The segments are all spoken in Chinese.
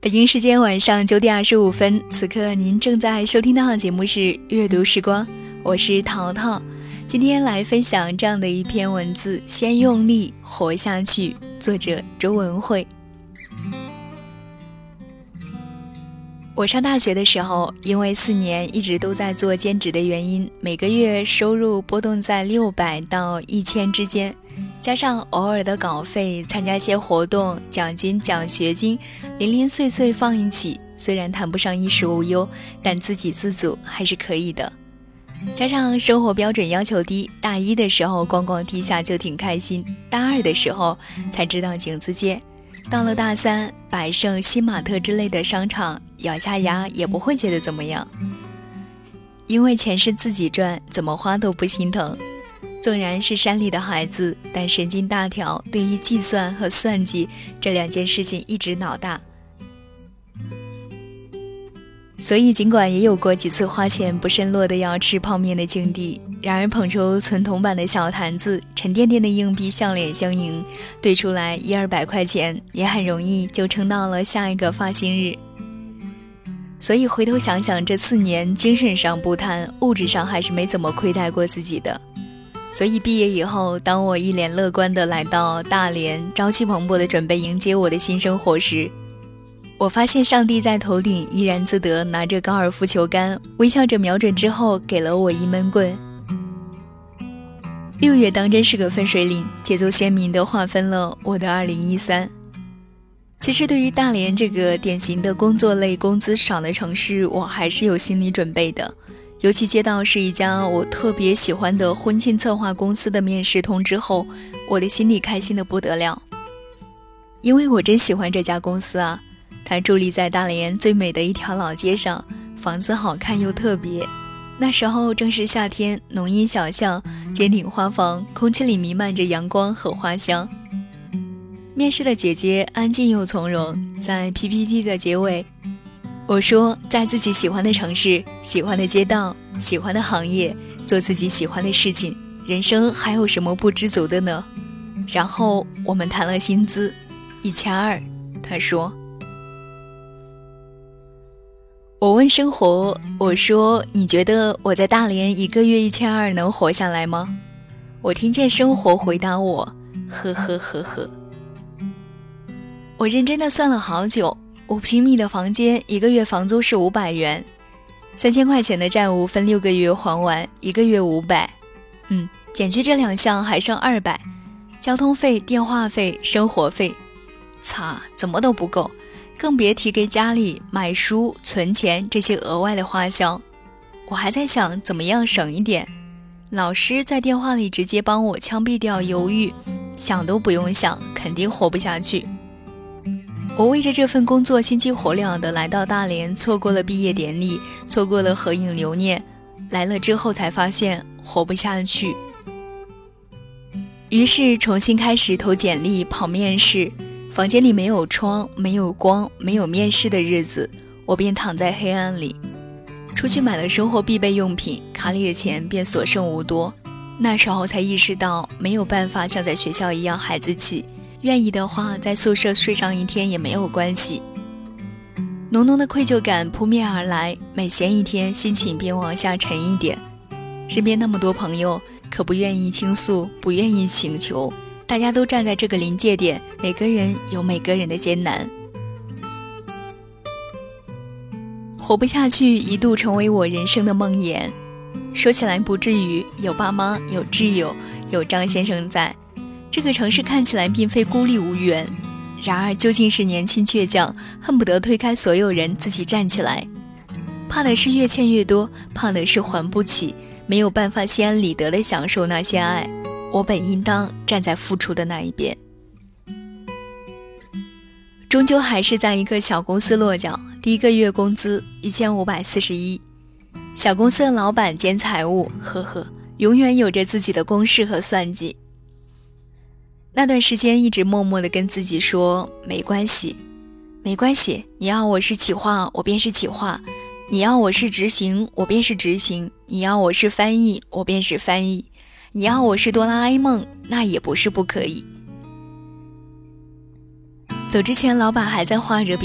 北京时间晚上9点25分，此刻您正在收听到的节目是阅读时光，我是淘淘。今天来分享这样的一篇文字，先用力活下去，作者周文慧。我上大学的时候，因为4年一直都在做兼职的原因，每个月收入波动在600到1000之间，加上偶尔的稿费、参加些活动、奖金、奖学金，零零碎碎放一起，虽然谈不上衣食无忧，但自给自足还是可以的。加上生活标准要求低，大一的时候逛逛地下就挺开心，大二的时候才知道井字街，到了大三，百盛、新玛特之类的商场，咬下牙也不会觉得怎么样，因为钱是自己赚，怎么花都不心疼。纵然是山里的孩子，但神经大条，对于计算和算计这2件事情一直脑大。所以尽管也有过几次花钱不慎落得要吃泡面的境地，然而捧出存铜板的小坛子，沉甸甸的硬币向脸相迎，兑出来100-200块钱，也很容易就撑到了下一个发薪日。所以回头想想，这4年精神上不谈，物质上还是没怎么亏待过自己的。所以毕业以后，当我一脸乐观地来到大连，朝气蓬勃地准备迎接我的新生活时，我发现上帝在头顶怡然自得，拿着高尔夫球杆，微笑着瞄准之后给了我一闷棍。6月当真是个分水岭，节奏鲜明地划分了我的2013。其实对于大连这个典型的工作类工资少的城市，我还是有心理准备的。尤其接到是一家我特别喜欢的婚庆策划公司的面试通知后，我的心里开心得不得了。因为我真喜欢这家公司啊，它伫立在大连最美的一条老街上，房子好看又特别。那时候正是夏天，浓荫小巷，尖顶花房，空气里弥漫着阳光和花香。面试的姐姐安静又从容，在 PPT 的结尾我说，在自己喜欢的城市、喜欢的街道、喜欢的行业，做自己喜欢的事情，人生还有什么不知足的呢？然后我们谈了薪资，1200，他说。我问生活，我说你觉得我在大连1个月1200能活下来吗？我听见生活回答我，呵呵呵呵。我认真的算了好久，5平米的房间，1个月房租是500元，3000块钱的债务分6个月还完，1个月500，减去这2项还剩200，交通费、电话费、生活费，怎么都不够，更别提给家里买书、存钱这些额外的花销。我还在想怎么样省一点，老师在电话里直接帮我枪毙掉犹豫，想都不用想，肯定活不下去。我为着这份工作心急火燎地来到大连，错过了毕业典礼，错过了合影留念，来了之后才发现活不下去。于是重新开始投简历、跑面试，房间里没有窗，没有光，没有面试的日子，我便躺在黑暗里。出去买了生活必备用品，卡里的钱便所剩无多。那时候才意识到没有办法像在学校一样孩子气，愿意的话在宿舍睡上1天也没有关系。浓浓的愧疚感扑面而来，每闲一天心情便往下沉一点。身边那么多朋友，可不愿意倾诉，不愿意请求，大家都站在这个临界点，每个人有每个人的艰难。活不下去一度成为我人生的梦魇。说起来不至于，有爸妈，有挚友，有张先生在，这个城市看起来并非孤立无援，然而究竟是年轻倔强，恨不得推开所有人自己站起来。怕的是越欠越多，怕的是还不起，没有办法心安理得地享受那些爱。我本应当站在付出的那一边。终究还是在一个小公司落脚，第1个月工资1541。小公司的老板兼财务，呵呵，永远有着自己的公式和算计。那段时间一直默默地跟自己说，没关系，没关系，你要我是企划，我便是企划；你要我是执行，我便是执行；你要我是翻译，我便是翻译；你要我是哆啦 A 梦，那也不是不可以。走之前老板还在画着饼，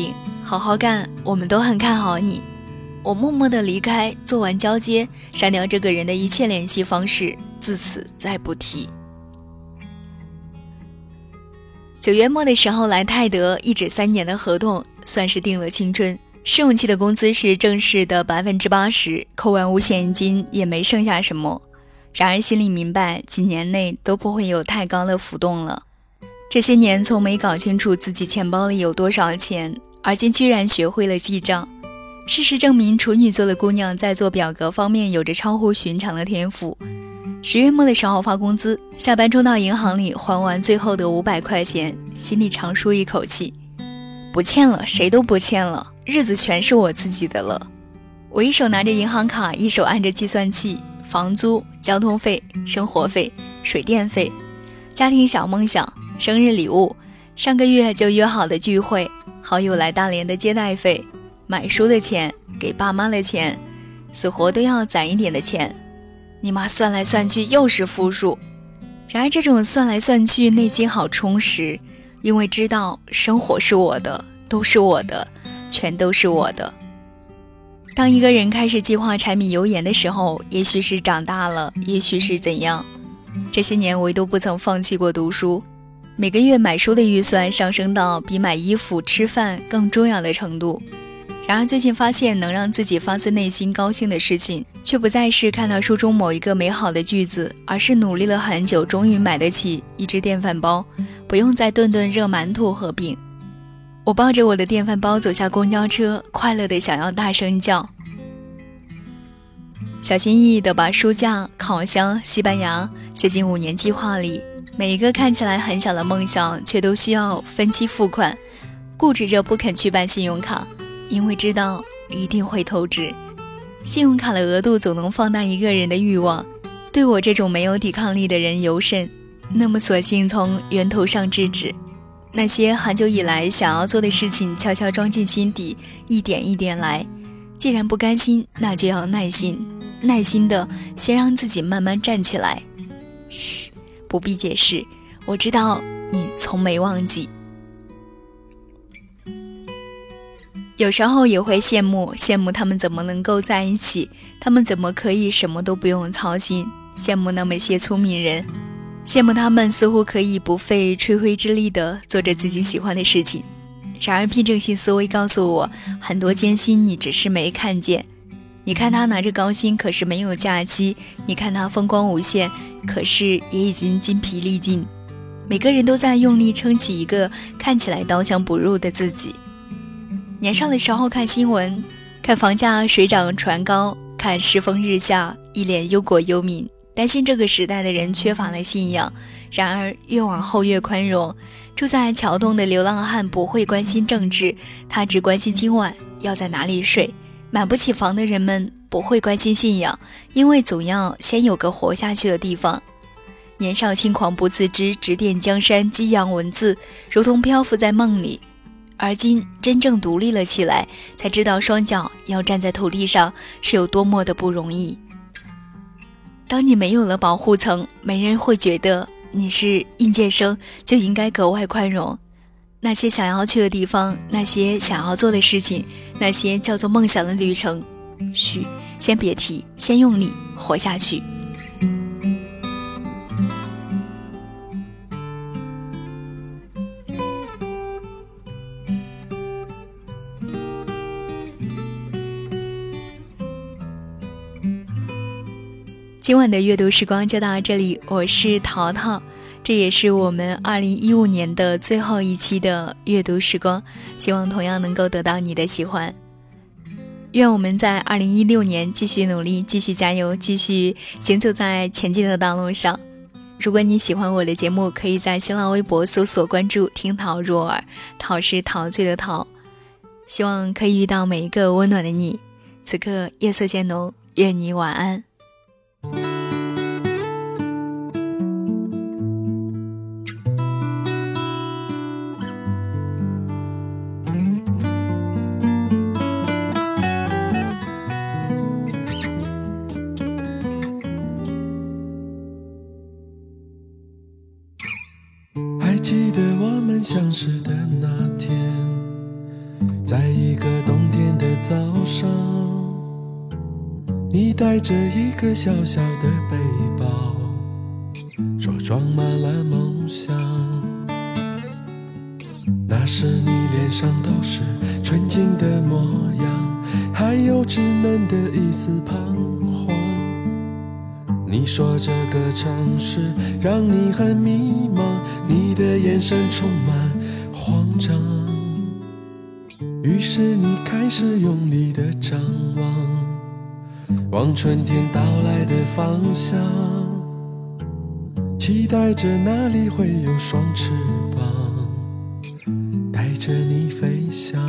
好好干，我们都很看好你。我默默地离开，做完交接，删掉这个人的一切联系方式，自此再不提。9月末的时候来泰德，一纸3年的合同，算是定了青春。试用期的工资是正式的80%，扣完五险一金也没剩下什么。然而心里明白，几年内都不会有太高的浮动了。这些年从没搞清楚自己钱包里有多少钱，而今居然学会了记账。事实证明，处女座的姑娘在做表格方面有着超乎寻常的天赋。10月末的时候发工资，下班冲到银行里还完最后的500块钱，心里长舒一口气，不欠了，谁都不欠了，日子全是我自己的了。我一手拿着银行卡，一手按着计算器，房租、交通费、生活费、水电费、家庭小梦想、生日礼物，上个月就约好的聚会，好友来大连的接待费，买书的钱，给爸妈的钱，死活都要攒一点的钱。你妈算来算去又是负数。然而这种算来算去，内心好充实，因为知道生活是我的，都是我的，全都是我的。当一个人开始计划柴米油盐的时候，也许是长大了，也许是怎样。这些年唯独不曾放弃过读书，每个月买书的预算上升到比买衣服、吃饭更重要的程度。然而最近发现，能让自己发自内心高兴的事情，却不再是看到书中某一个美好的句子，而是努力了很久，终于买得起一只电饭煲，不用再顿顿热馒头和饼。我抱着我的电饭煲走下公交车，快乐地想要大声叫。小心翼翼地把书架、烤箱、西班牙写进5年计划里，每一个看起来很小的梦想，却都需要分期付款，固执着不肯去办信用卡，因为知道一定会透支。信用卡的额度总能放大一个人的欲望，对我这种没有抵抗力的人尤甚，那么索性从源头上制止。那些很久以来想要做的事情，悄悄装进心底，一点一点来。既然不甘心，那就要耐心，耐心的先让自己慢慢站起来。嘘，不必解释，我知道你从没忘记。有时候也会羡慕他们怎么能够在一起，他们怎么可以什么都不用操心，羡慕那么些聪明人，羡慕他们似乎可以不费吹灰之力地做着自己喜欢的事情。然而辩证性思维告诉我，很多艰辛你只是没看见。你看他拿着高薪，可是没有假期；你看他风光无限，可是也已经筋疲力尽。每个人都在用力撑起一个看起来刀枪不入的自己。年少的时候看新闻，看房价水涨船高，看世风日下，一脸忧国忧民，担心这个时代的人缺乏了信仰。然而越往后越宽容，住在桥东的流浪汉不会关心政治，他只关心今晚要在哪里睡。买不起房的人们不会关心信仰，因为总要先有个活下去的地方。年少轻狂不自知，指点江山，激扬文字，如同漂浮在梦里。而今真正独立了起来，才知道双脚要站在土地上是有多么的不容易。当你没有了保护层，没人会觉得你是应届生就应该格外宽容。那些想要去的地方，那些想要做的事情，那些叫做梦想的旅程，嘘，先别提，先用力活下去。今晚的阅读时光就到这里，我是淘淘，这也是我们2015年的最后一期的阅读时光，希望同样能够得到你的喜欢。愿我们在2016年继续努力，继续加油，继续行走在前进的道路上。如果你喜欢我的节目，可以在新浪微博搜索关注听桃若尔，桃是陶醉的桃。希望可以遇到每一个温暖的你。此刻夜色渐浓，愿你晚安。 还记得我们相识的那天， 在一个冬天的早上，你带着一个小小的背包，说装满了梦想。那时你脸上都是纯净的模样，还有稚嫩的一丝彷徨。你说这个城市让你很迷茫，你的眼神充满慌张。于是你开始用力地张望，往春天到来的方向，期待着那里会有双翅膀，带着你飞翔。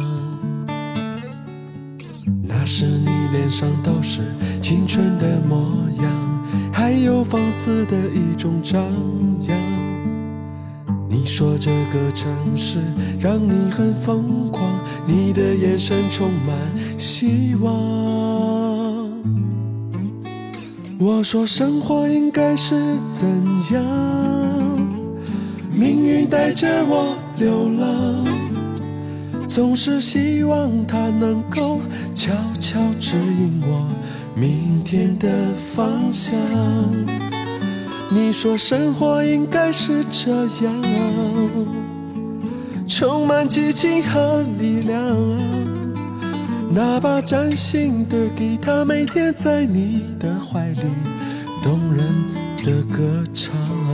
那时你脸上都是青春的模样，还有放肆的一种张扬。你说这个城市让你很疯狂，你的眼神充满希望。我说生活应该是怎样，命运带着我流浪，总是希望它能够悄悄指引我明天的方向。你说生活应该是这样，充满激情和力量，那把崭新的吉他每天在你的怀里动人的歌唱。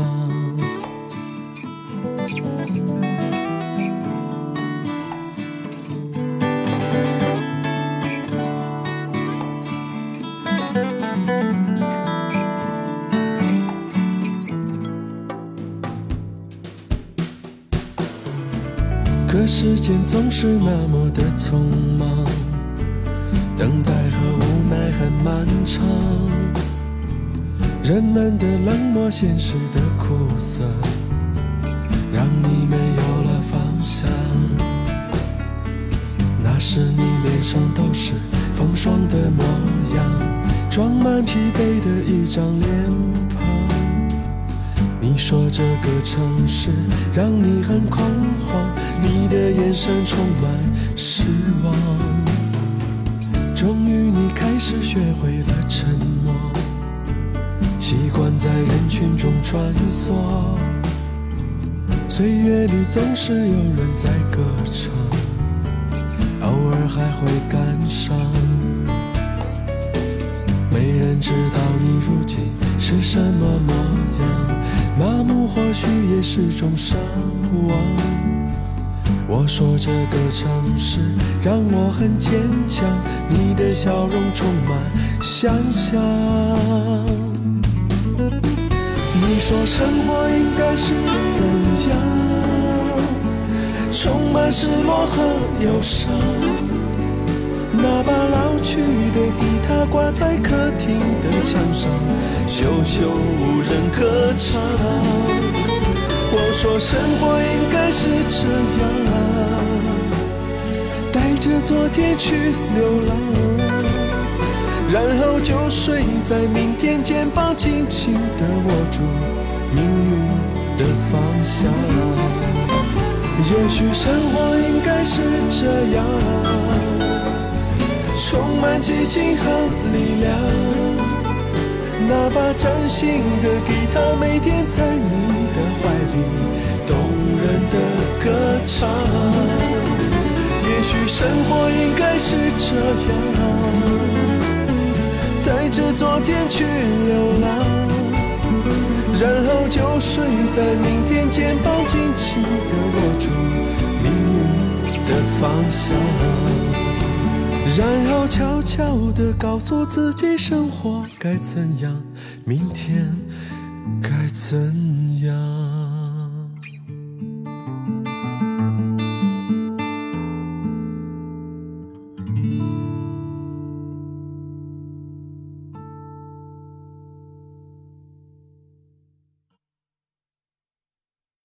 可时间总是那么的匆忙，等待和无奈很漫长，人们的冷漠，现实的苦涩，让你没有了方向。那时你脸上都是风霜的模样，装满疲惫的一张脸庞。你说这个城市让你很恐慌，你的眼神充满失望。终于你开始学会了沉默，习惯在人群中穿梭，岁月里总是有人在歌唱，偶尔还会感伤。没人知道你如今是什么模样，麻木或许也是种奢望。我说这个城市让我很坚强，你的笑容充满想象。你说生活应该是怎样，充满失落和忧伤，那把老去的吉他挂在客厅的墙上，久久无人歌唱。我说生活应该是这样，带着昨天去流浪，然后就睡在明天，肩膀紧紧地握住命运的方向。也许生活应该是这样，充满激情和力量，那把崭新的吉他每天在你的怀里动人的歌唱。也许生活应该是这样，带着昨天去流浪，然后就睡在明天，肩膀紧紧地握住命运的方向，然后悄悄地告诉自己生活该怎样，明天该怎样。